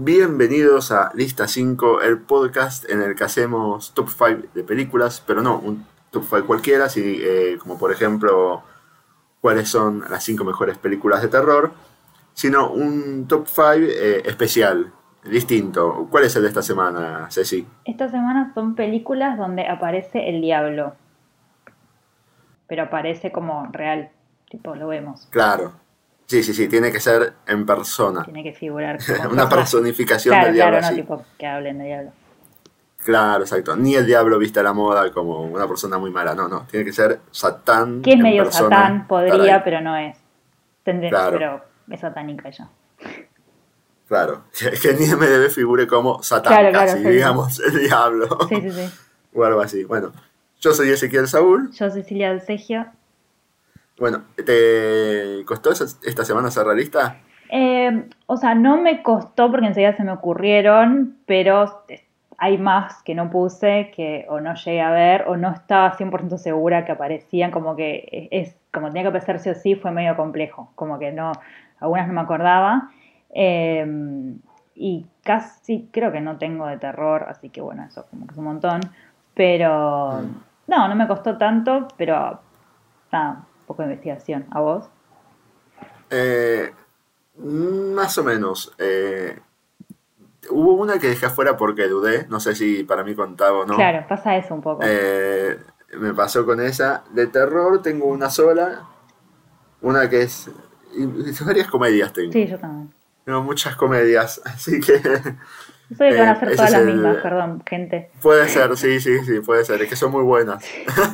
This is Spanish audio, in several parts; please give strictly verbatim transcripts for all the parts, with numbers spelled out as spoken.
Bienvenidos a Lista cinco, el podcast en el que hacemos top cinco de películas, pero no un top cinco cualquiera, si, eh, como por ejemplo cuáles son las cinco mejores películas de terror, sino un top cinco eh, especial, distinto. ¿Cuál es el de esta semana, Ceci? Esta semana son películas donde aparece el diablo, pero aparece como real, tipo lo vemos. Claro, sí, sí, sí, tiene que ser en persona. Tiene que figurar como Una personaje. personificación Claro, del diablo. claro, no así. tipo que hablen de diablo. Claro, exacto. Ni el diablo viste a la moda como una persona muy mala. No, no. Tiene que ser Satán. Que es en medio persona, satán, estar podría, ahí. pero no es. Tendré, Claro. Pero es satánica ella. Claro. Que en I M D B figure como Satán, Claro, claro, casi, sí. digamos, el diablo. Sí, sí, sí. O algo así. Bueno, yo soy Ezequiel Saúl. Yo, Cecilia Alcegio. Bueno, ¿te costó esa- esta semana hacer la lista? Eh, o sea, no me costó porque enseguida se me ocurrieron, pero hay más que no puse, que o no llegué a ver, o no estaba cien por ciento segura que aparecían, como que es, como tenía que aparecer sí o sí, fue medio complejo, como que no, algunas no me acordaba, eh, y casi creo que no tengo de terror, así que bueno, eso como que es un montón, pero no, no me costó tanto, pero nada, un poco de investigación. ¿A vos? Eh, más o menos. Eh, hubo una que dejé afuera porque dudé. No sé si para mí contaba o no. Claro, pasa eso un poco. Eh, me pasó con esa. De terror tengo una sola. Una que es... y varias comedias tengo. Sí, yo también. Tengo muchas comedias. Así que... Yo sabía que van a eh, ser ese todas es las el- mismas, perdón, gente. Puede ser, sí, sí, sí, puede ser. Es que son muy buenas.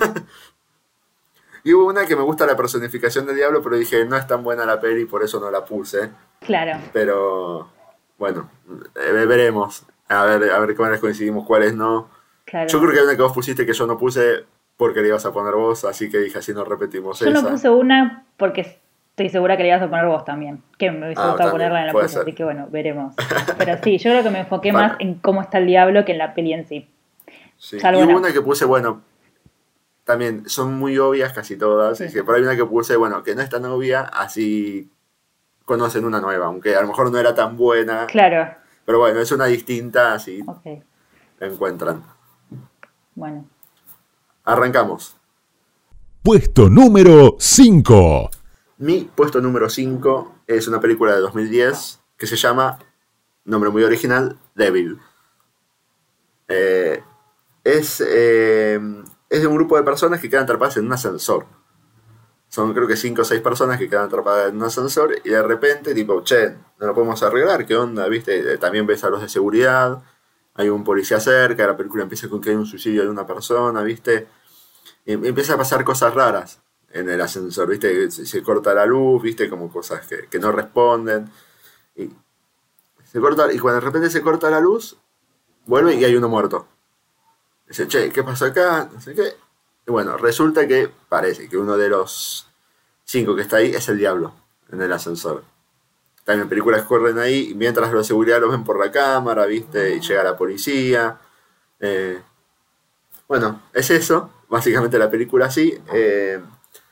Y hubo una que me gusta la personificación del diablo, pero dije, no es tan buena la peli, por eso no la puse. Claro, Pero bueno, eh, veremos. A ver, a ver cuáles coincidimos, cuáles no. claro. Yo creo que hay una que vos pusiste que yo no puse porque le ibas a poner vos, así que dije, así no repetimos Yo esa. no puse una porque estoy segura que le ibas a poner vos también. Que me hubiese Ah, gustado también, ponerla en la puede puse, ser. así que bueno, veremos. Pero sí, yo creo que me enfoqué Bueno. más en cómo está el diablo que en la peli en sí. Sí. Salvo Y hubo una. una que puse, bueno, también son muy obvias casi todas. Sí. Y que por ahí una que puse, bueno, que no es tan obvia, así conocen una nueva, aunque a lo mejor no era tan buena. Claro, Pero bueno, es una distinta, así ok, la encuentran. bueno. Arrancamos. Puesto número cinco. Mi puesto número cinco es una película de dos mil diez que se llama, nombre muy original, Devil. Eh, es, eh, es de un grupo de personas que quedan atrapadas en un ascensor. Son creo que cinco o seis personas que quedan atrapadas en un ascensor y de repente, tipo, che, no lo podemos arreglar, ¿qué onda? ¿Viste? Eh, También ves a los de seguridad, hay un policía cerca, la película empieza con que hay un suicidio de una persona, ¿viste? Y empieza a pasar cosas raras en el ascensor, ¿viste? Se, se corta la luz, ¿viste? Como cosas que, que no responden. Y, se corta, y cuando de repente se corta la luz, vuelve y hay uno muerto. Dice, che, ¿qué pasó acá? No sé qué. Y bueno, resulta que parece que uno de los cinco que está ahí es el diablo en el ascensor. También películas corren ahí y mientras los de seguridad los ven por la cámara, ¿viste? Y llega la policía. Eh, bueno, es eso. Básicamente la película así. Eh,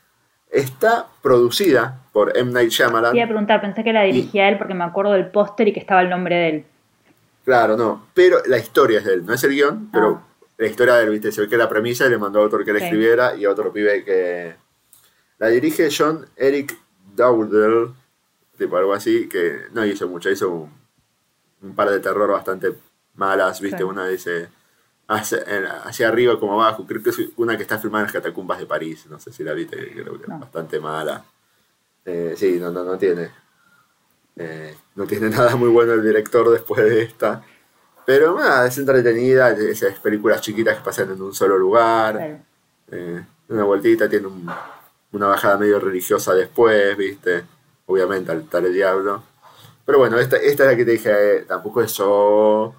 está producida por M. Night Shyamalan. Te iba a preguntar, pensé que la dirigía él porque me acuerdo del póster y que estaba el nombre de él. Claro, no. Pero la historia es de él. No es el guión, pero Ah. la historia de él, ¿viste? Se ve que la premisa y le mandó a otro que la Ok. escribiera y a otro pibe que... La dirige John Eric Dowdell, tipo algo así, que no hizo mucho. Hizo un, un par de terror bastante malas, ¿viste? Sí. Una dice... Hacia, en- hacia arriba como abajo. Creo que es una que está filmada en las catacumbas de París. No sé si la viste, creo que es No. bastante mala. Eh, sí, no, no, no tiene. Eh, no tiene nada muy bueno el director después de esta. Pero nada, es entretenida. Esas películas chiquitas que pasan en un solo lugar. Claro. Eh, una vueltita, tiene un- una bajada medio religiosa después, ¿viste? Obviamente, al estar el diablo. Pero bueno, esta, esta es la que te dije, eh, tampoco es yo.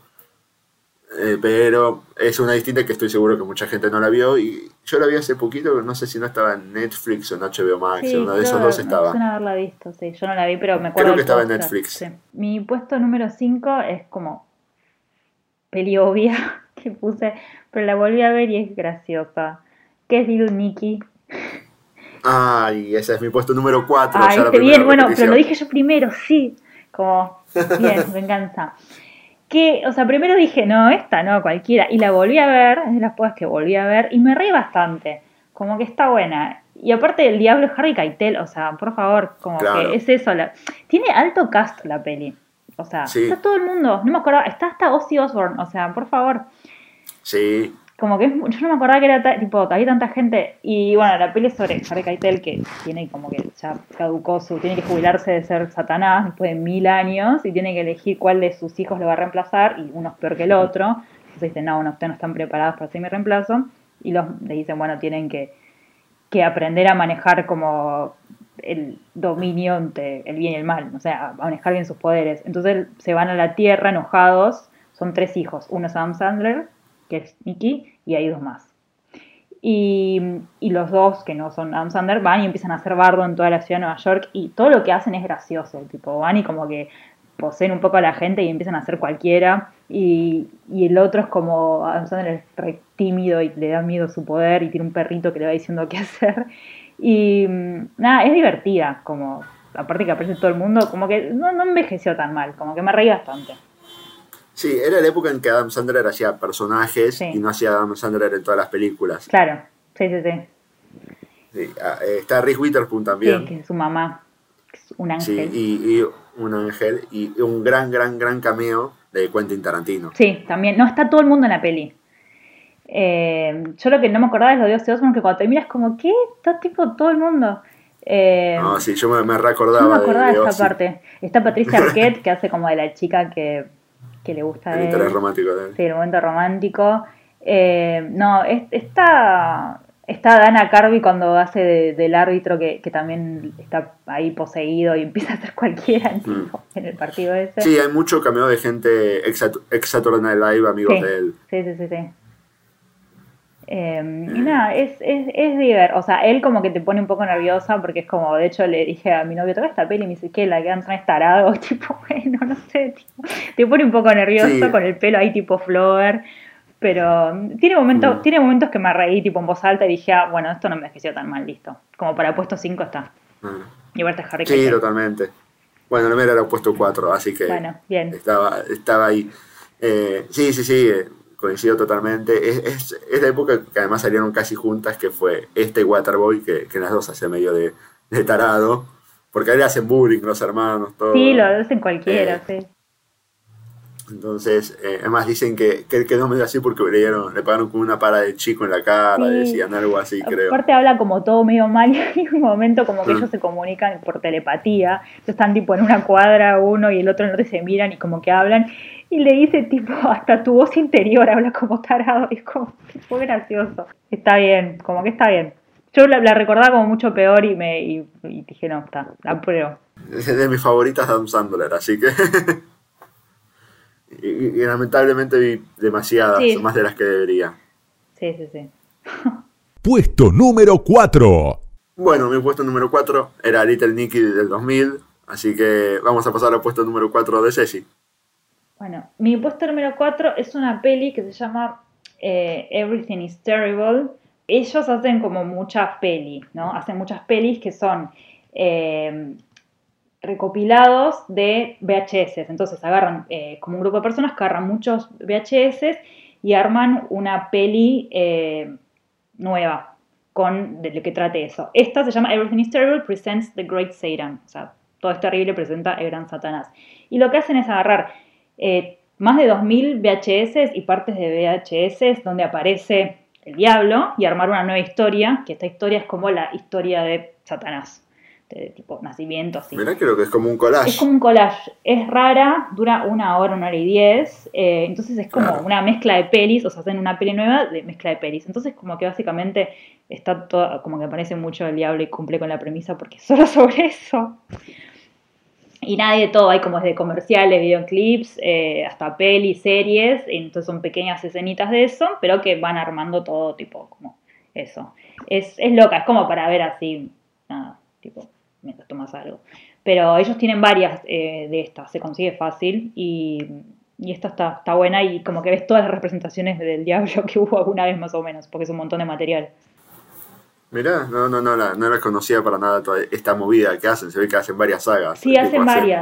Eh, pero es una distinta que estoy seguro que mucha gente no la vio. Y yo la vi hace poquito, no sé si no estaba en Netflix o en H B O Max, Sí, uno de esos creo- dos me estaba. suena haberla visto, sí. Yo no la vi, pero me acuerdo Creo que del estaba en póster, Netflix. sí. Mi puesto número cinco es como peli obvia que puse, pero la volví a ver y es graciosa. Que es Little Nicky. Ay, ese es mi puesto número cuatro. Ah, ya la viste primera bien, bueno, pero repetición. lo dije yo primero, sí. Como, bien, venganza. que, o sea, primero dije, no, esta no, cualquiera, y la volví a ver, es de las pocas que volví a ver, y me reí bastante, como que está buena. Y aparte el diablo es Harvey Keitel, o sea, por favor, como Claro. que es eso. La... Tiene alto cast la peli, o sea, Sí. está todo el mundo, no me acordaba, está hasta Ozzy Osbourne, o sea, por favor. Sí, Como que es, yo no me acordaba que era ta- tipo, había tanta gente. Y bueno, la peli es sobre Harvey Keitel, que tiene como que ya caducó su, tiene que jubilarse de ser Satanás después de mil años y tiene que elegir cuál de sus hijos lo va a reemplazar y uno es peor que el otro. Entonces dicen, no, no, ustedes no están preparados para ser mi reemplazo. Y los, le dicen, bueno, tienen que, que aprender a manejar como el dominio entre el bien y el mal, o sea, a manejar bien sus poderes. Entonces se van a la Tierra enojados, son tres hijos, uno es Adam Sandler, que es Mickey, y hay dos más. Y, y los dos, que no son Adam Sandler, van y empiezan a hacer bardo en toda la ciudad de Nueva York, y todo lo que hacen es gracioso, tipo, van y como que poseen un poco a la gente y empiezan a hacer cualquiera, y, y el otro es como, Adam Sandler es re tímido y le da miedo su poder, y tiene un perrito que le va diciendo qué hacer, y nada, es divertida, como, aparte que aparece todo el mundo, como que no, no envejeció tan mal, como que me reí bastante. sí, era la época en que Adam Sandler hacía personajes Sí. y no hacía Adam Sandler en todas las películas. Claro, sí, sí, sí. Sí, ah, eh, está Reese Witherspoon Sí, también. que es su mamá, que es un Sí, ángel. y, y un ángel y un gran, gran, gran cameo de Quentin Tarantino. Sí, también. No, está todo el mundo en la peli. Eh, yo lo que no me acordaba es lo de Ozzy Osbourne, que cuando terminas como, ¿qué? Está tipo todo el mundo. Eh, No, sí, yo me, me no recordaba me acordaba de, de de esa Ozzy, parte. Está Patricia Arquette, que hace como de la chica que, que le gusta el de interés él. romántico de él. Sí, el momento romántico. Eh, no, es, está, está Dana Carvey cuando hace de- del árbitro que, que también está ahí poseído y empieza a hacer cualquiera en, Mm. en el partido ese. Sí, hay mucho cameo de gente ex, ex Saturday Night Live, amigos Sí, de él. sí, sí, sí, sí. Eh, y nada, es, es, es diver, o sea, él como que te pone un poco nerviosa porque es como, de hecho le dije a mi novio, ¿te ves esta peli? Y me dice, ¿qué? ¿La que Adam es tarado? Tipo, bueno, no sé, tipo, te pone un poco nervioso Sí. con el pelo ahí tipo flower, pero tiene momentos, Mm. tiene momentos que me reí tipo en voz alta y dije, ah, bueno, esto no me envejeció tan mal, listo. Como para puesto cinco está. Ah. Y ahorita Harry Sí, Keitel. totalmente. Bueno, no me era puesto cuatro, así que Bueno, bien. estaba, estaba ahí. Eh, sí, sí, sí, eh, coincido totalmente. Es, es, es la época que además salieron casi juntas, que fue este y Waterboy, que, que las dos hacían medio de, de tarado, porque ahí le hacen bullying los hermanos, todo. Sí, lo hacen cualquiera, Eh, sí. Entonces, eh, además dicen que, que él quedó medio así porque le, dieron, le pagaron con una para de chico en la cara, Sí. decían algo así, creo. Aparte habla como todo medio mal y hay un momento como que Mm. ellos se comunican por telepatía. Entonces están tipo en una cuadra uno y el otro en el otro y se miran y como que hablan. Y le dice tipo, hasta tu voz interior habla como tarado. Y es como, fue gracioso. Está bien, como que está bien. Yo la, la recordaba como mucho peor y me y, y dije, no, está, la apruebo. Es de mis favoritas de Adam Sandler, así que... y, y lamentablemente vi demasiadas, Sí. más de las que debería. Sí, sí, sí. Puesto número cuatro. Bueno, mi puesto número cuatro era Little Nicky del dos mil, así que vamos a pasar al puesto número cuatro de Ceci. Bueno, mi puesto número cuatro es una peli que se llama eh, Everything is Terrible. Ellos hacen como muchas pelis, ¿no? Hacen muchas pelis que son eh, recopilados de V H S. Entonces agarran, eh, como un grupo de personas que agarran muchos V H S y arman una peli eh, nueva con de lo que trate eso. Esta se llama Everything is Terrible Presents the Great Satan. O sea, todo es terrible presenta el gran Satanás. Y lo que hacen es agarrar eh, más de dos mil V H S y partes de V H S donde aparece el diablo y armar una nueva historia, que esta historia es como la historia de Satanás, de tipo nacimiento, así. Mirá, creo que es como un collage. Es como un collage, es rara, dura una hora, una hora y diez, eh, entonces es como Claro. una mezcla de pelis, o sea, hacen una peli nueva de mezcla de pelis, entonces como que básicamente está todo, como que aparece mucho el diablo y cumple con la premisa porque es solo sobre eso. Y nada, hay de todo, hay como desde comerciales, videoclips, eh, hasta pelis, series, entonces son pequeñas escenitas de eso, pero que van armando todo tipo como eso. Es, es loca, es como para ver así, nada, tipo, mientras tomas algo. Pero ellos tienen varias eh, de estas, se consigue fácil y, y esta está, está buena y como que ves todas las representaciones del diablo que hubo alguna vez más o menos, porque es un montón de material. Mirá, no, no, no, la, no la conocía para nada toda esta movida que hacen, se ve que hacen varias sagas. Sí, tipo, hacen varias.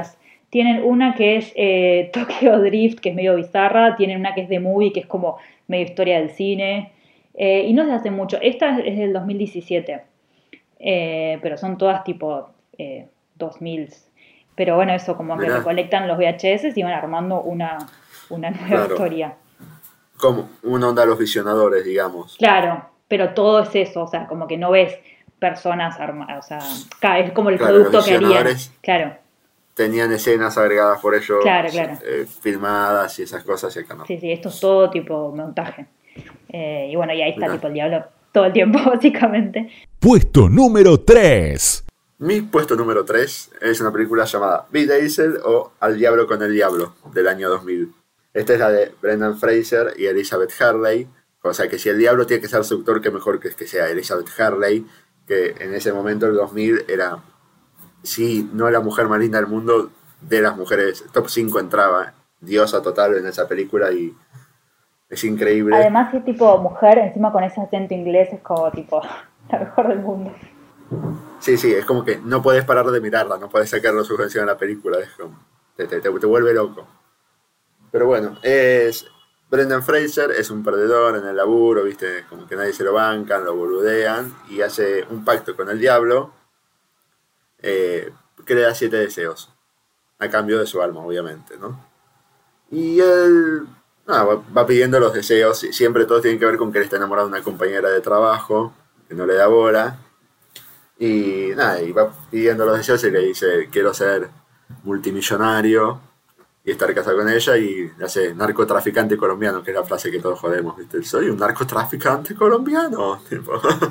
Tienen una que es eh, Tokyo Drift, que es medio bizarra. Tienen una que es The Movie, que es como medio historia del cine. Eh, y no se hace mucho. Esta es del dos mil diecisiete. Eh, pero son todas tipo eh, dos mil. Pero bueno, eso como que Mirá, recolectan los V H S y van armando una, una nueva claro. historia. Como una onda a los visionadores, digamos. Claro, pero todo es eso, o sea, como que no ves personas armadas, o sea, ca- es como el Claro, los producto que harían. visionadores Claro, tenían escenas agregadas por ellos, claro, claro. eh, filmadas y esas cosas, y acá no. Sí, sí, esto es todo tipo montaje. Eh, y bueno, y ahí está Mirá. tipo el diablo todo el tiempo, básicamente. Puesto número tres. Mi puesto número tres es una película llamada Vid Diesel o Al Diablo con el Diablo, del año dos mil. Esta es la de Brendan Fraser y Elizabeth Hurley. O sea que si el diablo tiene que ser seductor, que mejor que, que sea Elizabeth Hurley, que en ese momento, el dos mil, era, sí, no la mujer más linda del mundo, de las mujeres, top cinco entraba, diosa total en esa película y es increíble. Además, si es tipo mujer, encima con ese acento inglés, es como tipo la mejor del mundo. Sí, sí, es como que no puedes parar de mirarla, no puedes sacarle su canción a la película, es como, te, te, te, te vuelve loco. Pero bueno, es Brendan Fraser, es un perdedor en el laburo, viste, como que nadie se lo bancan, lo boludean, y hace un pacto con el diablo, eh, que le da siete deseos, a cambio de su alma, obviamente, ¿no? Y él nada, va, va pidiendo los deseos, y siempre todos tienen que ver con que él está enamorado de una compañera de trabajo, que no le da bola. Y nada, y va pidiendo los deseos y le dice, quiero ser multimillonario y estar casado con ella, y le hace narcotraficante colombiano, que es la frase que todos jodemos, ¿viste? Soy un narcotraficante colombiano, tipo.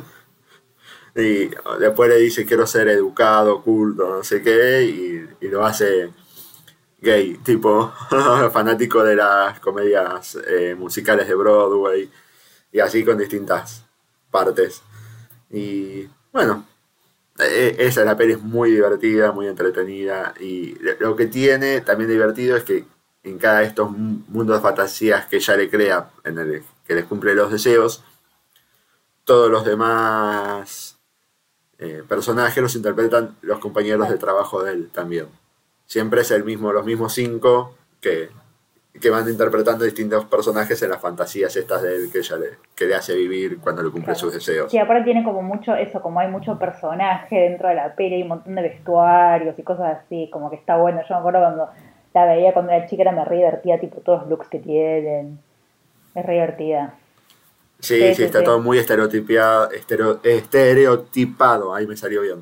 Y después le dice, quiero ser educado, culto, no sé qué, y, y lo hace gay, tipo, fanático de las comedias eh, musicales de Broadway, y así con distintas partes. Y bueno, eh, esa la peli es muy divertida, muy entretenida, y lo que tiene también divertido es que en cada de estos mundos de fantasías que ella le crea, en el que les cumple los deseos, todos los demás eh, personajes los interpretan los compañeros de trabajo de él también. Siempre es el mismo, los mismos cinco que, que van interpretando distintos personajes en las fantasías estas de él que ella le, que le hace vivir cuando le cumple Claro. sus deseos. Sí, aparte tiene como mucho eso, como hay mucho personaje dentro de la peli, hay un montón de vestuarios y cosas así, como que está bueno. Yo me acuerdo cuando la veía cuando era chica, era me re divertida, tipo todos los looks que tienen, es re divertida. Sí, Sí, sí, sí, está sí. todo muy estereotipado, estereo- estereotipado, ahí me salió bien.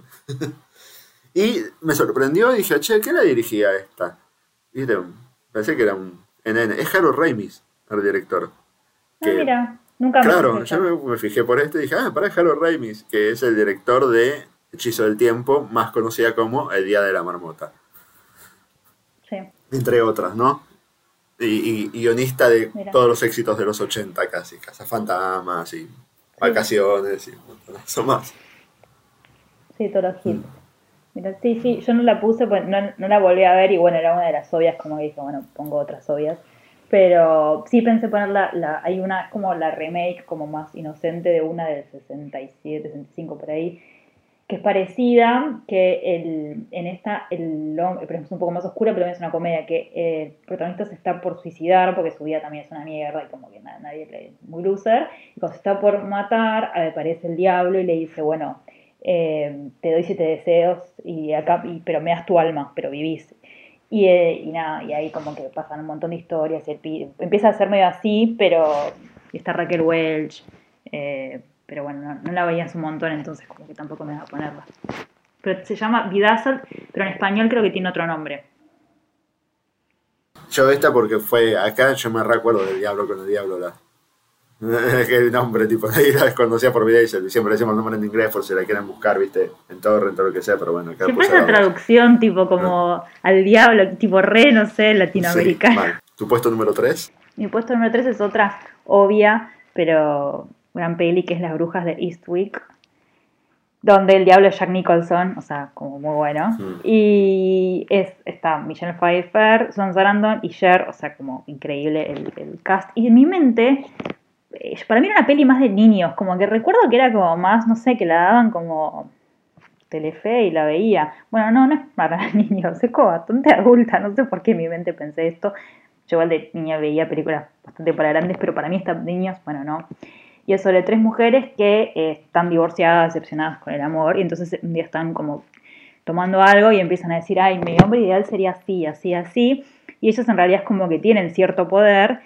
Y me sorprendió y dije, che, ¿qué la dirigía esta? ¿Viste? Pensé que era un N N. Es Harold Ramis, el director. Ah, Que, mira, nunca me claro, fijé yo yo. me, me fijé por esto y dije, ah, pará, Harold Ramis, que es el director de Hechizo del Tiempo, más conocida como El Día de la Marmota. Sí, Entre otras, ¿no? Y, y- y guionista de mira. todos los éxitos de los ochenta casi. Cazafantasmas y Vacaciones y un montonazo más. Sí, todos los hits. Mira, sí, sí, yo no la puse, pues no, no la volví a ver y bueno, era una de las obvias, como que dije, bueno, pongo otras obvias. Pero sí pensé ponerla, la, hay una como la remake como más inocente de una del sesenta y siete, sesenta y cinco por ahí, que es parecida, que el, en esta, el hombre, pero es un poco más oscura, pero es una comedia, que eh, el protagonista se está por suicidar porque su vida también es una mierda y como que na- nadie le muy loser, y cuando se está por matar, aparece el diablo y le dice, bueno, eh, te doy siete deseos, y acá, y, pero me das tu alma, pero vivís. Y, eh, y nada, y ahí como que pasan un montón de historias, y el pi- empieza a ser medio así, pero y está Raquel Welch, eh, pero bueno, no, no la veías un montón, entonces como que tampoco me va a ponerla. Pero se llama Bedazzled, pero en español creo que tiene otro nombre. Yo esta porque fue acá, yo me recuerdo del Diablo con el Diablo, la, el nombre, tipo, ahí la desconocía por video y siempre decimos el nombre en inglés por si la quieren buscar, viste, en torrent o lo que sea, pero bueno, acá Siempre puse esa la dos. traducción tipo como al diablo, tipo re, no sé, Sí, latinoamericana. mal. ¿Tu puesto número tres? Mi puesto número tres es otra obvia, pero gran peli, que es Las Brujas de Eastwick, donde el diablo es Jack Nicholson, o sea, como muy bueno. Mm. Y es, está Michelle Pfeiffer, Susan Sarandon y Cher, o sea, como increíble el, el cast. Y en mi mente, eh, para mí era una peli más de niños, como que recuerdo que era como más, no sé, que la daban como Telefe y la veía. Bueno, no, no es para niños, es como bastante adulta, no sé por qué en mi mente pensé esto. Yo igual de niña veía películas bastante para grandes, pero para mí estas niños, bueno, no. Y es sobre tres mujeres que eh, están divorciadas, decepcionadas con el amor, y entonces un día están como tomando algo y empiezan a decir, ay, mi hombre ideal sería así, así, así, y ellos en realidad es como que tienen cierto poder,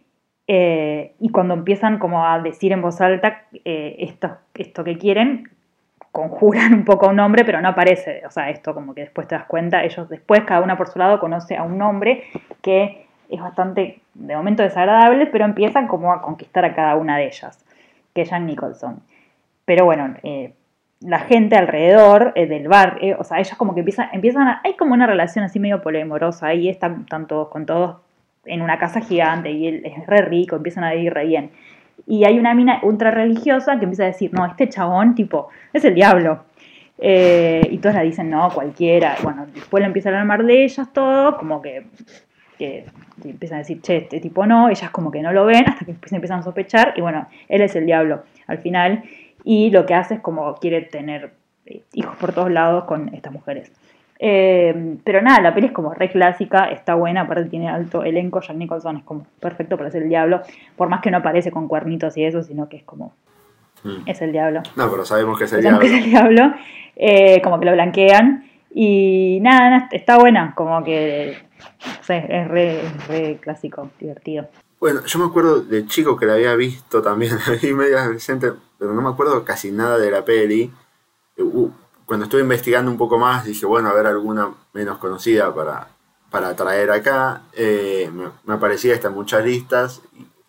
eh, y cuando empiezan como a decir en voz alta eh, esto, esto que quieren, conjuran un poco a un hombre, pero no aparece, o sea, esto como que después te das cuenta, ellos después cada una por su lado conoce a un hombre que es bastante, de momento desagradable, pero empiezan como a conquistar a cada una de ellas, que es Jack Nicholson. Pero bueno, eh, la gente alrededor eh, del bar, eh, o sea, ellos como que empiezan, empiezan a, hay como una relación así medio poliamorosa, ahí están, están todos con todos en una casa gigante y él es re rico, empiezan a vivir re bien. Y hay una mina ultra religiosa que empieza a decir, no, este chabón, tipo, es el diablo. Eh, y todos la dicen, no, cualquiera. Bueno, después le empiezan a armar de ellas todo, como que, que, que empiezan a decir, che, este tipo no, ellas como que no lo ven, hasta que se empiezan a sospechar, y bueno, él es el diablo al final, y lo que hace es como quiere tener hijos por todos lados con estas mujeres. Eh, pero nada, la peli es como re clásica, está buena, aparte tiene alto elenco, Jack Nicholson es como perfecto para ser el diablo, por más que no aparece con cuernitos y eso, sino que es como, mm. es el diablo. No, pero sabemos que es el sabemos diablo. Que es el diablo, eh, como que lo blanquean, y nada, nada, está buena, como que, no sé, es re, re clásico, divertido. Bueno, yo me acuerdo de chico que la había visto también, la vi medio adolescente, pero no me acuerdo casi nada de la peli. Uh, Cuando estuve investigando un poco más, dije, bueno, a ver alguna menos conocida para, para traer acá. Eh, me, me aparecía, está en muchas listas.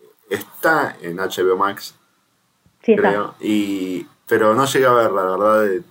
Está en H B O Max, sí, creo. Y, pero no llegué a verla, la verdad. De, de,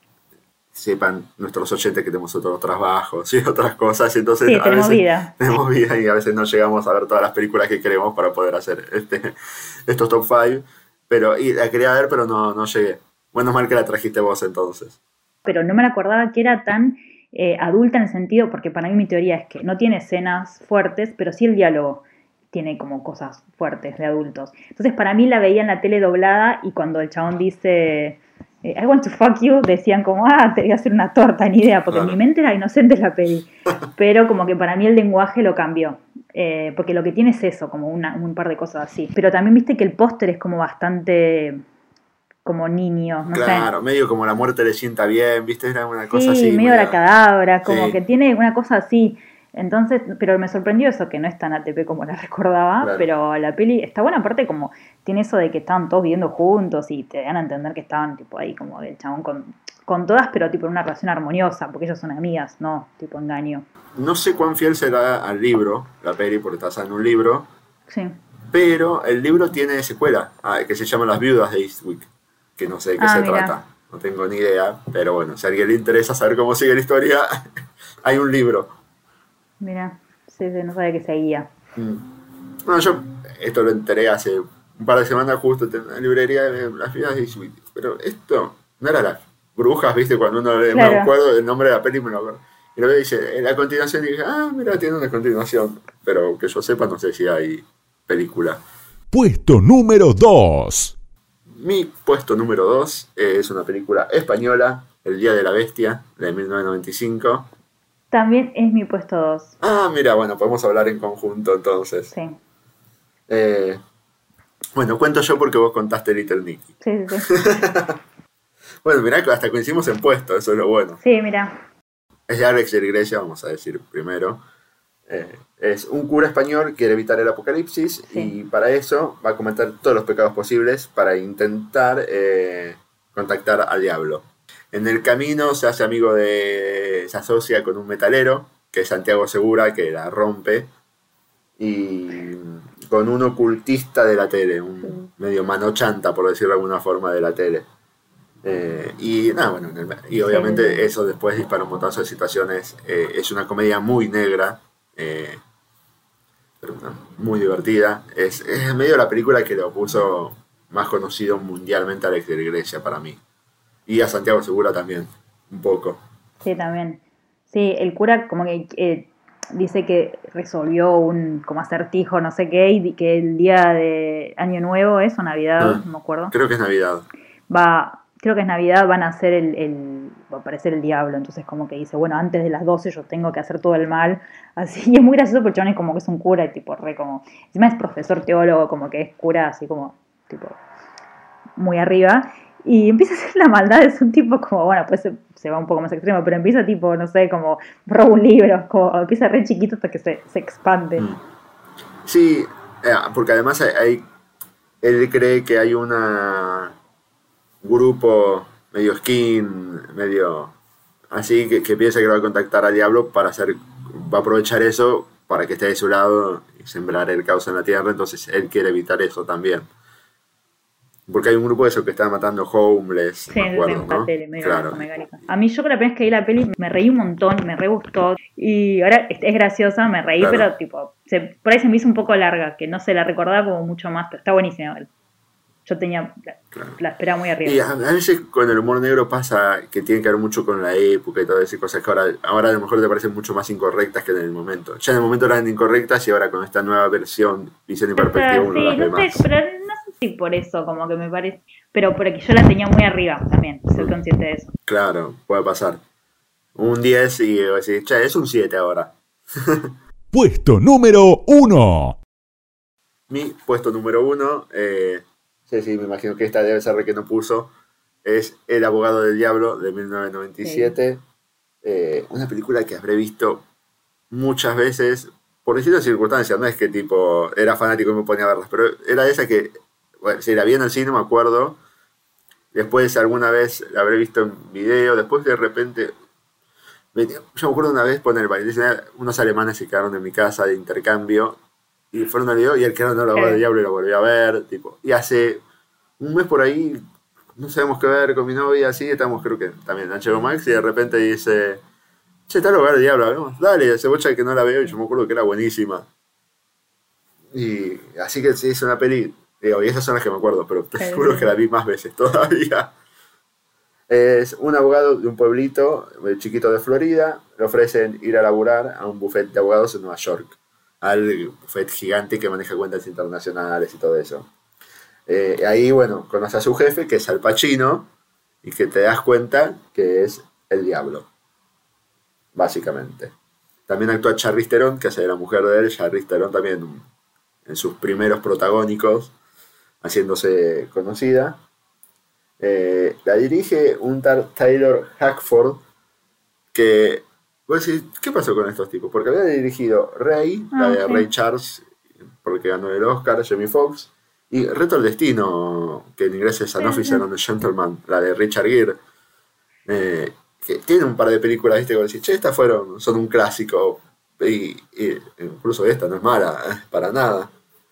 sepan nuestros oyentes que tenemos otros trabajos y otras cosas. Entonces, sí, a tenemos veces vida. tenemos vida y a veces no llegamos a ver todas las películas que queremos para poder hacer este, estos top cinco. Pero, y la quería ver, pero no, no llegué. Bueno, mal que la trajiste vos entonces. Pero no me la acordaba que era tan eh, adulta en el sentido, porque para mí mi teoría es que no tiene escenas fuertes, pero sí el diálogo tiene como cosas fuertes de adultos. Entonces para mí la veía en la tele doblada y cuando el chabón dice eh, I want to fuck you, decían como, ah, te voy a hacer una torta, ni idea, porque claro. En mi mente era inocente la peli. Pero como que para mí el lenguaje lo cambió. Eh, porque lo que tiene es eso, como una, un par de cosas así. Pero también viste que el póster es como bastante... como niño, no claro, sé. Claro, medio como la muerte le sienta bien, ¿viste? Era una cosa sí, así. Sí, medio medio... la cadabra, como sí. que tiene una cosa así. Entonces, pero me sorprendió eso, que no es tan A T P como la recordaba, claro. Pero la peli está buena, aparte como tiene eso de que estaban todos viviendo juntos y te dan a entender que estaban tipo ahí como el chabón con, con todas, pero tipo en una relación armoniosa, porque ellas son amigas, no tipo engaño. No sé cuán fiel será al libro, la peli, porque está basada en un libro. Sí. Pero el libro tiene secuela, que se llama Las viudas de Eastwick, que no sé de qué ah, se mira. trata, no tengo ni idea, pero bueno, si a alguien le interesa saber cómo sigue la historia, hay un libro. Mira, sí, sí, no sabía que seguía. Mm. Bueno, yo esto lo enteré hace un par de semanas justo en la librería de Las viudas de Eastwick, pero esto no era Las brujas, ¿viste? Cuando uno le claro. me acuerdo del nombre de la peli, me lo acuerdo. Y luego dice, en la continuación, y dije, ah, mira, tiene una continuación, pero que yo sepa, no sé si hay película. Puesto número dos. Mi puesto número dos es una película española, El Día de la Bestia, de mil novecientos noventa y cinco. También es mi puesto dos. Ah, mira, bueno, podemos hablar en conjunto entonces. Sí. Eh, bueno, cuento yo porque vos contaste Little Nicky. Sí, sí, sí. Bueno, mirá, hasta coincidimos en puesto, eso es lo bueno. Sí, mira. Es de Alex de la Iglesia, vamos a decir primero. Eh, es un cura español que quiere evitar el apocalipsis, sí. Y para eso va a cometer todos los pecados posibles para intentar eh, contactar al diablo. En el camino se hace amigo de... se asocia con un metalero, que es Santiago Segura, que la rompe, y con un ocultista de la tele, un sí. medio mano chanta, por decirlo de alguna forma, de la tele. Eh, y nada, bueno, y obviamente sí. Eso después dispara un montazo de situaciones. Eh, es una comedia muy negra, eh, pero no, muy divertida. Es, es medio la película que lo puso más conocido mundialmente a Alex de la Iglesia para mí. Y a Santiago Segura también, un poco. Sí, también. Sí, el cura como que eh, dice que resolvió un como acertijo, no sé qué, y que el día de Año Nuevo es o Navidad, ah, no me acuerdo. Creo que es Navidad. Va, creo que es Navidad, van a hacer el, el, va a aparecer el diablo, entonces como que dice, bueno, antes de las doce yo tengo que hacer todo el mal, así, y es muy gracioso porque el chabón es como que es un cura, y tipo, re como, encima es profesor teólogo, como que es cura, así como, tipo, muy arriba, y empieza a hacer la maldad, es un tipo como, bueno, pues se, se va un poco más extremo, pero empieza tipo, no sé, como, roba un libro, como, empieza re chiquito hasta que se, se expande. Mm. Sí, eh, porque además hay, hay- él cree que hay una grupo medio skin, medio así, que, que piensa que va a contactar al diablo para hacer, va a aprovechar eso para que esté de su lado y sembrar el caos en la tierra, entonces él quiere evitar eso también. Porque hay un grupo de esos que está matando homeless, Sí, me sí, acuerdo, sí, ¿no? tele, medio Claro. esa mecánica. A mí yo creo que la primera vez que vi la peli me reí un montón, me re gustó. Y ahora es, es graciosa, me reí, Claro. pero tipo, se, por ahí se me hizo un poco larga, que no se la recordaba como mucho más, pero está buenísima. Yo tenía, la, Claro. la esperaba muy arriba. Y a, a veces con el humor negro pasa que tiene que ver mucho con la época y todas esas cosas que ahora, ahora a lo mejor te parecen mucho más incorrectas que en el momento. Ya en el momento eran incorrectas y ahora con esta nueva versión, visión y perspectiva, uno Sí, las ve no sé, más. pero no sé si por eso, como que me parece. Pero porque yo la tenía muy arriba también, soy Mm. consciente de eso. Claro, puede pasar. Un diez y decir, che, es un siete ahora. Puesto número uno. Mi puesto número uno, eh, sí, sí, me imagino que esta debe ser la que no puso, es El abogado del diablo de mil novecientos noventa y siete. Eh, una película que habré visto muchas veces, por distintas circunstancias, no es que tipo era fanático y me ponía a verlas, pero era esa que, bueno, si la vi en el cine me acuerdo, después alguna vez la habré visto en video, después de repente, me- yo me acuerdo una vez poner unos alemanes se quedaron en mi casa de intercambio y fueron al video y el que no lo del Sí. diablo y lo volví a ver, tipo, y hace un mes por ahí no sabemos qué ver con mi novia, así, estamos creo que también en H B O Max y de repente dice, che, está el hogar del diablo, ¿vemos? Dale, cebolla que no la veo y yo me acuerdo que era buenísima. Y así que sí, es una peli, digo, y esas son las que me acuerdo, pero te Sí, juro sí, que la sí. vi más veces todavía. Es un abogado de un pueblito eh, chiquito de Florida, le ofrecen ir a laburar a un buffet de abogados en Nueva York, al buffet gigante que maneja cuentas internacionales y todo eso. Eh, ahí, bueno, conoce a su jefe, que es Al Pacino, y que te das cuenta que es el diablo, básicamente. También actúa Charlize Theron, que hace de la mujer de él. Charlize Theron también en sus primeros protagónicos, haciéndose conocida. Eh, la dirige un tal Taylor Hackford, que... Vos decís, ¿qué pasó con estos tipos? Porque había dirigido Ray, la Ah, de sí. Ray Charles, porque ganó el Oscar, Jamie Foxx, y Reto al Destino, que en inglés es An Sí, Officer sí. and a Gentleman, la de Richard Gere. Eh, que tiene un par de películas, viste, que vos decís, che, estas fueron, son un clásico, y, y incluso esta no es mala, eh, para nada.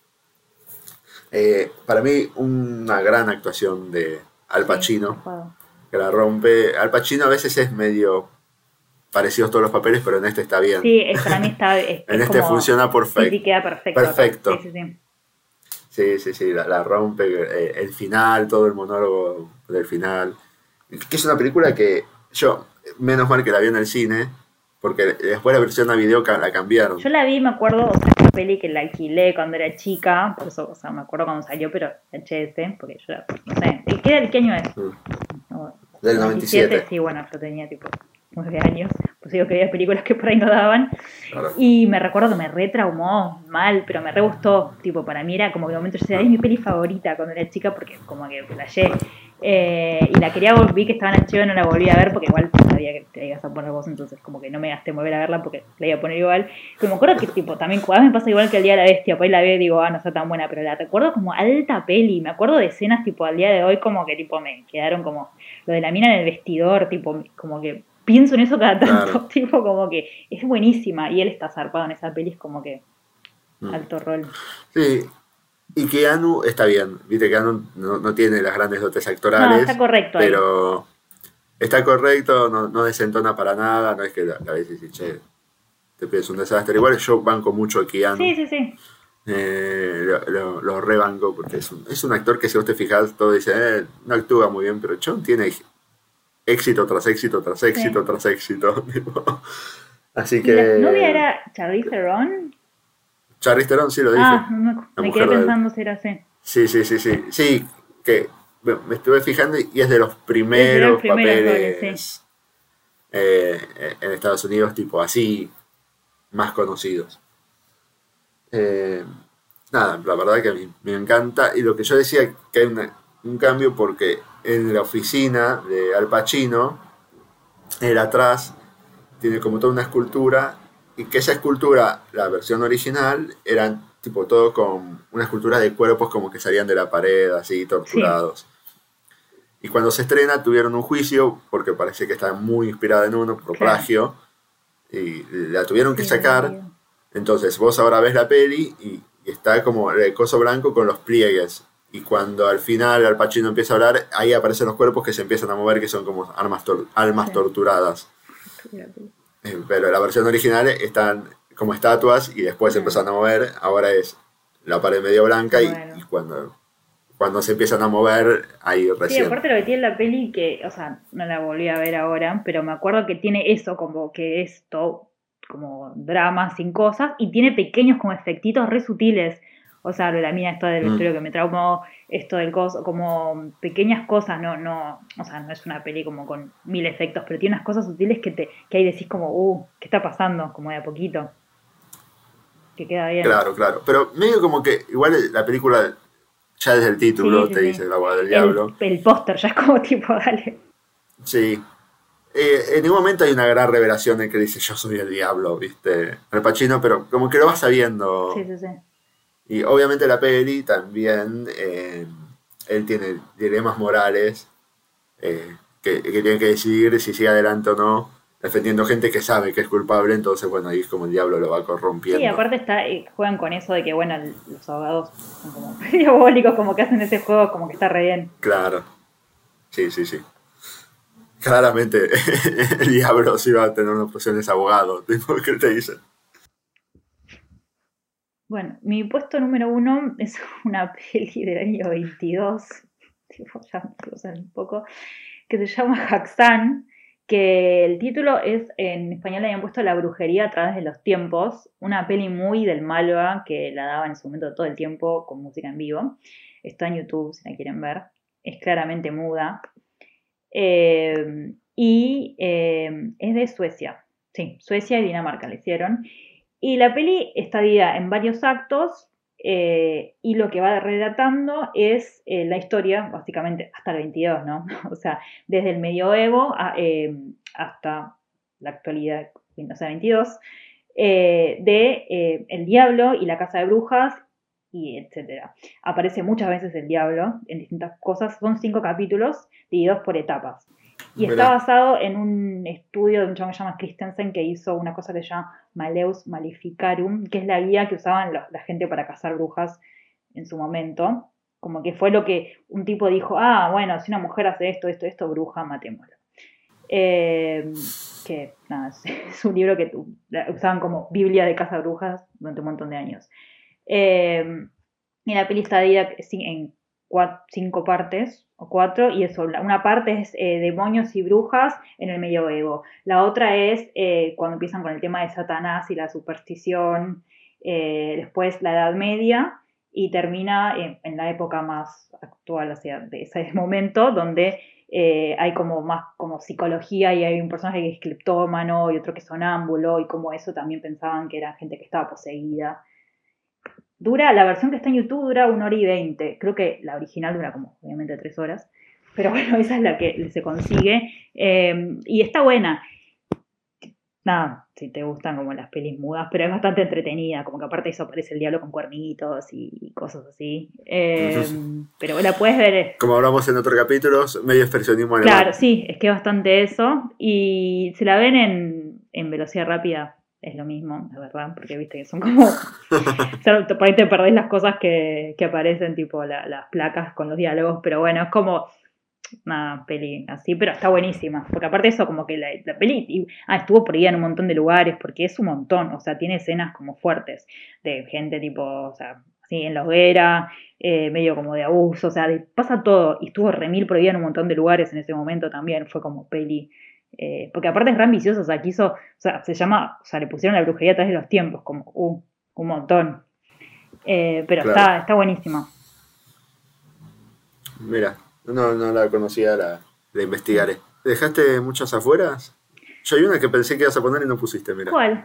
Eh, para mí, una gran actuación de Al Sí, Pacino, copado. que la rompe. Al Pacino a veces es medio parecido a todos los papeles, pero en este está bien. Sí, es, para mí está, es, En es este como, funciona sí, perfecto. sí, queda perfecto acá. Perfecto. Sí, sí, sí. Sí, sí, sí, la, la rompe. eh, el final, todo el monólogo del final. Que es una película que yo, menos mal que la vi en el cine, porque después la versión a video ca- la cambiaron. Yo la vi, me acuerdo, o sea, esta peli que la alquilé cuando era chica, por eso, o sea, me acuerdo cuando salió, pero H S, porque yo era, no sé, ¿qué, qué año es? Mm. No, Del noventa y siete. Sí, bueno, yo tenía tipo nueve años, pues digo que había películas que por ahí no daban. Claro. Y me recuerdo que me re traumó mal, pero me re gustó. Tipo, para mí era como que de momento yo decía, es mi peli favorita cuando era chica porque como que flashé. Eh, y la quería, vi que estaba en H B O, no la volví a ver porque igual sabía que te ibas a poner vos, entonces como que no me gasté en volver a verla porque la iba a poner igual. Pero me acuerdo que tipo, también a mí me pasa igual que El Día de la Bestia, por ahí la veo y digo, ah, no está tan buena, pero la recuerdo como alta peli. Me acuerdo de escenas tipo al día de hoy como que tipo me quedaron como lo de la mina en el vestidor, tipo, como que pienso en eso cada tanto, Claro. tipo como que es buenísima y él está zarpado en esa peli, es como que Mm. alto rol. Sí, y Keanu está bien, viste, Keanu no, no tiene las grandes dotes actorales, No, está correcto ahí. pero está correcto, no, no desentona para nada, no es que la, la ves y dices, che, te pides un desastre. Igual yo banco mucho a Keanu, Sí, sí, sí. eh, lo, lo, lo rebanco porque es un, es un actor que si vos te fijas, todo dice, eh, no actúa muy bien, pero John tiene éxito tras éxito tras éxito Sí. tras éxito. Tipo. Así ¿Y que... la novia era Charlize Theron? Charlize Theron sí lo dije. Ah, no me, La me mujer quedé de él. pensando si era así. Sí, sí, sí, sí. Sí, que me, me estuve fijando y es de los Es de los primeros primeros dobles, sí. papeles eh, en Estados Unidos, tipo así, más conocidos. Eh, nada, la verdad que a mí me encanta. Y lo que yo decía, que hay una- un cambio porque en la oficina de Al Pacino, él atrás tiene como toda una escultura, y que esa escultura, la versión original, eran tipo todo con una escultura de cuerpos como que salían de la pared, así, Sí, torturados. Y cuando se estrena tuvieron un juicio porque parece que está muy inspirada en uno por claro. plagio, y la tuvieron que Sí, lo he sacar. leído. Entonces vos ahora ves la peli y, y está como el coso blanco con los pliegues. Y cuando al final Al Pacino empieza a hablar, ahí aparecen los cuerpos que se empiezan a mover, que son como armas tor- almas Sí. torturadas. Eh, Pero la versión original están como estatuas y después se Mm. empezaron a mover. Ahora es la pared medio blanca y, Bueno. y cuando, cuando se empiezan a mover, ahí Sí, recién. aparte lo que tiene la peli que, o sea, no la volví a ver ahora, pero me acuerdo que tiene eso, como que es todo como drama sin cosas, y tiene pequeños como efectitos re sutiles. O sea, lo de la mina, esto del Mm. vestuario que me traumó, esto del coso, como pequeñas cosas, no, no, o sea, no es una peli como con mil efectos, pero tiene unas cosas sutiles que te, que ahí decís como, uh, ¿qué está pasando? Como de a poquito. Que queda bien. Claro, claro. Pero medio como que igual la película, ya desde el Sí, título, sí, te sí. dice el agua del El, diablo. el póster ya es como tipo, dale. Sí. Eh, en ningún momento hay una gran revelación en que dice yo soy el diablo, ¿viste? Al Pacino, pero como que lo vas Sí, sabiendo. sí, sí. Y obviamente la peli también, eh, él tiene dilemas morales eh, que, que tiene que decidir si sigue adelante o no, defendiendo gente que sabe que es culpable, entonces bueno, ahí es como el diablo lo va Sí, corrompiendo. aparte está, eh, juegan con eso de que, bueno, el- los abogados son como diabólicos, como que hacen ese juego, como que está re bien. Claro, sí, sí, sí. Claramente el diablo sí va a tener una opción de abogado, tipo, ¿qué te dicen? Bueno, mi puesto número uno es una peli del año veintidós, tipo, ya me cruzan un poco, que se llama Haxan, que el título es, en español le habían puesto La brujería a través de los tiempos, una peli muy del Malva que la daba en su momento todo el tiempo con música en vivo. Está en YouTube si la quieren ver. Es claramente muda. Eh, y eh, es de Suecia. Sí, Suecia y Dinamarca la hicieron. Y la peli está dividida en varios actos eh, y lo que va relatando es eh, la historia, básicamente, hasta el veintidós, ¿no? O sea, desde el medioevo a, eh, hasta la actualidad, o sea, veintidós, eh, de eh, el diablo y la casa de brujas y etcétera. Aparece muchas veces el diablo en distintas cosas. Son cinco capítulos divididos por etapas. Y está Mirá, basado en un estudio de un chabón que se llama Christensen, que hizo una cosa que se llama Maleus Maleficarum, que es la guía que usaban los- la gente para cazar brujas en su momento. Como que fue lo que un tipo dijo, ah, bueno, si una mujer hace esto, esto, esto, bruja, matémosla. Eh, que nada, es, es un libro que tu- la usaban como Biblia de caza brujas durante un montón de años. Eh, y la peli está dividida en cuatro, cinco partes o cuatro, y eso, una parte es eh, demonios y brujas en el medioevo, la otra es eh, cuando empiezan con el tema de Satanás y la superstición, eh, después la Edad Media, y termina en, en la época más actual, o sea, de ese momento, donde eh, hay como más como psicología y hay un personaje que es cleptómano y otro que es sonámbulo, y como eso también pensaban que era gente que estaba poseída. Dura, la versión que está en YouTube dura una hora y veinte. Creo que la original dura como, obviamente, tres horas. Pero bueno, esa es la que se consigue. Eh, y está buena. Nada, si te gustan como las pelis mudas, pero es bastante entretenida. Como que aparte de eso aparece el diablo con cuernitos y cosas así. Eh, pero la puedes ver. como hablamos en otros capítulos, medio expresionismo alemán. Claro, sí, es que es bastante eso. Y si la ven en, en velocidad rápida, es lo mismo, la verdad, porque viste que son como. O sea, por ahí te perdés las cosas que, que aparecen, tipo la, las placas con los diálogos, pero bueno, es como una peli así, pero está buenísima. Porque aparte de eso, como que la, la peli y, ah, estuvo prohibida en un montón de lugares, porque es un montón, o sea, tiene escenas como fuertes de gente tipo, o sea, así en la hoguera, eh, medio como de abuso, o sea, de, pasa todo, y estuvo remil prohibida en un montón de lugares en ese momento también, fue como peli. Eh, porque aparte es re ambicioso, o sea, quiso, o sea, se llama, o sea, le pusieron la brujería a través de los tiempos, como, uh, un montón. Eh, pero Claro. está, está buenísima. Mira, No, no la conocía, la, la investigaré. ¿Dejaste muchas afueras? Yo hay una que pensé que ibas a poner y no pusiste, mira. ¿Cuál?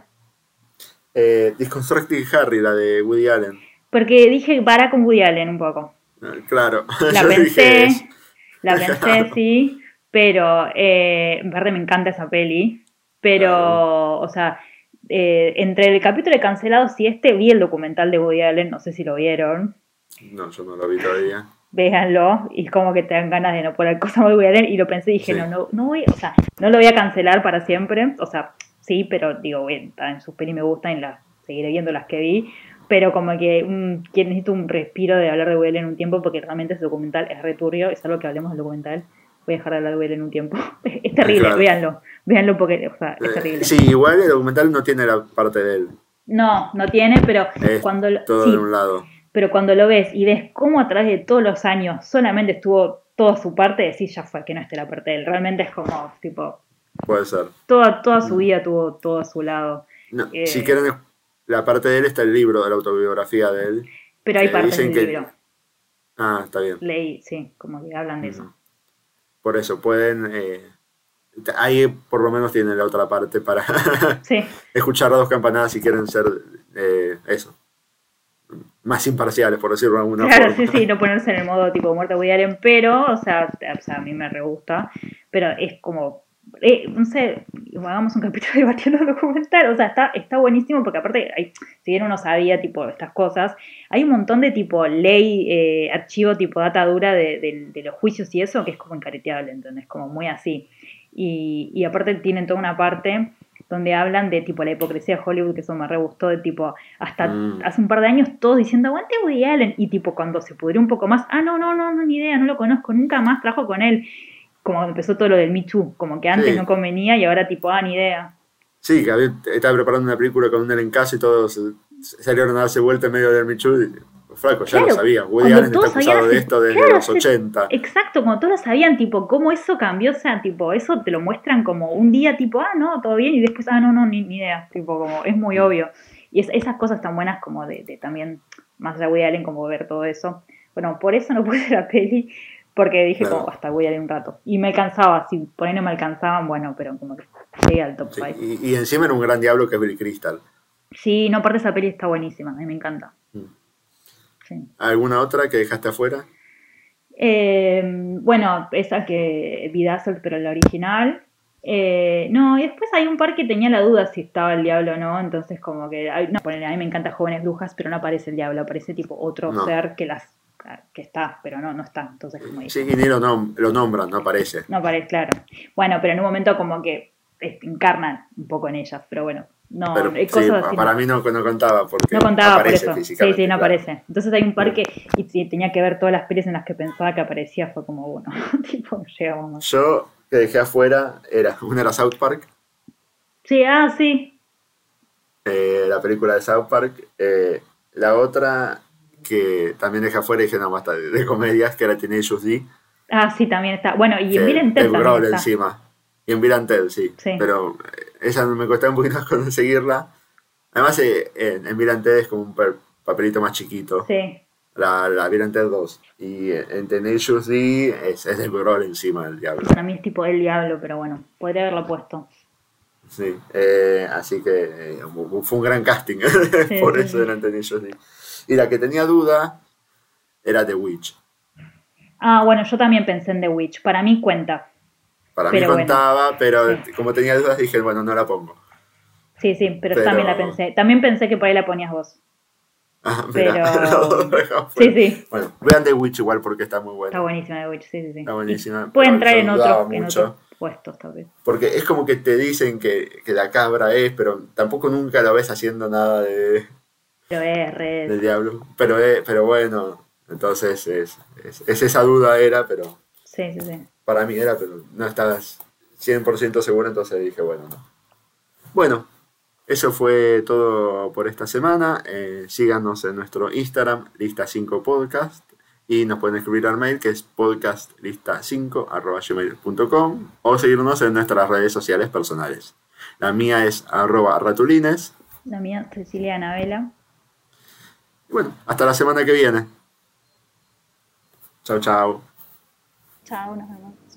Eh, Disconstructing Harry, la de Woody Allen. Porque dije para con Woody Allen un poco. Ah, claro, La yo dije eso. pensé, la pensé, sí, pero eh, en verdad me encanta esa peli. Pero, Claro. o sea, eh, entre el capítulo de Cancelados y este, vi el documental de Woody Allen, no sé si lo vieron. No, yo no lo vi todavía. Véanlo, y es como que te dan ganas de no poner cosas muy Woody Allen, y lo pensé y dije, Sí. no, no, no voy, o sea, no lo voy a cancelar para siempre, o sea, sí, pero digo, bueno, en sus pelis me gustan y las seguiré viendo las que vi, pero como que, um, que necesito un respiro de hablar de Woody Allen un tiempo, porque realmente ese documental es returbio, es algo que hablemos del documental, voy a dejar de hablar de Woody Allen un tiempo, es terrible, Claro. véanlo, véanlo porque, o sea, es Eh, terrible. sí, igual el documental no tiene la parte de él. No, no tiene, pero Es cuando lo, todo de un sí, lado. pero cuando lo ves y ves cómo a través de todos los años solamente estuvo toda su parte, decís ya fue, que no esté la parte de él. Realmente es como, tipo, Puede ser. toda, toda su Mm. vida tuvo todo a su lado. No, Eh, si quieren, la parte de él está el libro de la autobiografía de él. pero hay Que partes dicen del que. libro. Ah, está bien. Leí, sí, como que hablan de eso. Mm. Por eso pueden. Eh, ahí por lo menos tienen la otra parte para Sí, escuchar las dos campanadas si quieren ser eh, eso. Más imparciales, por decirlo de alguna claro, forma. sí, sí, no ponerse en el modo tipo muerte Woody Allen, pero, o sea, o sea, a mí me re gusta, pero es como, eh, no sé, hagamos un capítulo debatiendo el documental, o sea, está, está buenísimo porque aparte, hay, si bien uno sabía tipo estas cosas, hay un montón de tipo ley, eh, archivo tipo data dura de, de, de los juicios y eso, que es como encareteable, ¿entendés? Como muy así. Y, y aparte tienen toda una parte donde hablan de tipo la hipocresía de Hollywood, que eso me re gustó, de tipo, hasta Mm. hace un par de años todos diciendo, aguante Woody Allen, y tipo cuando se pudrió un poco más, ah, no, no, no, no, ni idea, no lo conozco, nunca más trabajo con él, como empezó todo lo del Me Too, como que antes Sí. no convenía y ahora tipo, ah, ni idea. Sí, que había- estaba preparando una película con él en casa y todos eh, salieron a darse vuelta en medio del Michu. Y, Flaco, ya lo Claro, sabía. Woody cuando Allen está todos sabían acusado de hace, esto desde claro, los hace- ochenta. exacto, como todos lo sabían, tipo, cómo eso cambió, o sea, tipo, eso te lo muestran como un día, tipo, ah, no, todo bien, y después, ah, no, no, ni, ni idea, tipo, como, es muy Mm. obvio. Y es, esas cosas tan buenas como de, de también, más allá de Woody Allen, como ver todo eso. Bueno, por eso no puse la peli, porque dije Claro. como, hasta Woody Allen un rato. Y me alcanzaba, si por ahí no me alcanzaban, bueno, pero como que llegué al top Sí, cinco. y, y encima era un gran diablo que es Billy Crystal. Sí, no, aparte esa peli está buenísima, a mí me encanta. Mm. Sí. ¿Alguna otra que dejaste afuera? Eh, bueno, esa que Bedazzled, pero la original. Eh, no, y después hay un par que tenía la duda si estaba el diablo o no, entonces como que, hay- no, ponele, a mí me encanta Jóvenes Brujas, pero no aparece el diablo, aparece tipo otro No. ser que las que está, pero no, no está, entonces como dije, Sí, y ni lo, nom- lo nombran, no aparece. no aparece, claro. Bueno, pero en un momento como que eh, encarnan un poco en ellas, pero bueno, no, Pero hay sí, cosas pa- así. para no. mí no, no contaba porque No contaba por aparece eso. Sí, físicamente. sí, no claro. aparece. Entonces hay un par que, y si tenía que ver todas las pelis en las que pensaba que aparecía, fue como, bueno, tipo, no llegamos más. Yo que dejé afuera era una era South Park, Sí, ah, sí. eh, la película de South Park. eh, la otra que también dejé afuera y dije no, basta de, de comedias, que era Tenacious D. Ah, sí, también está. Bueno, y en Que Bill and Dave Ted también Grohl está. encima. Y en Bill and Ted, sí. Sí. Pero eh, esa me costaba un poquito conseguirla. Además, eh, en, en Bill and Ted es como un per- papelito más chiquito. Sí. La, la Bill and Ted dos. Y eh, en Tenacious D es, es Dave Grohl encima del diablo. Para mí es tipo el diablo, pero bueno, podría haberlo puesto. Sí. Eh, así que eh, fue un gran casting. Sí, Por sí, eso sí. era en Tenacious D. Y la que tenía duda era The Witch. Ah, bueno, yo también pensé en The Witch. Para mí cuenta. Para Pero mí bueno, contaba, pero sí. como tenía dudas dije, bueno, no la pongo. Sí, sí, pero, yo Pero- también la pensé. También pensé que por ahí la ponías vos. Ah, mira, Pero- los dos dejamos Sí, fuera. sí. Bueno, vean The Witch igual porque está muy buena. Está buenísima The Witch, sí, sí, sí. Está buenísima, Y puede pero entrar yo en dudaba otros, en mucho. otros puestos, tal vez. Porque es como que te dicen que, que la cabra es, pero tampoco nunca lo ves haciendo nada de, Pero es re... del diablo. Pero, es, pero bueno, entonces es, es, es esa duda era, pero Sí, sí, sí. para mí era, pero no estabas cien por ciento seguro, entonces dije, bueno, no. Bueno, eso fue todo por esta semana. Eh, síganos en nuestro Instagram, lista cinco podcast, y nos pueden escribir al mail que es podcastlista cinco arroba gmail punto com o seguirnos en nuestras redes sociales personales. La mía es arroba ratulines. La mía, Cecilia Anabela. Y bueno, hasta la semana que viene. Chao, chao. Chao, nos vemos.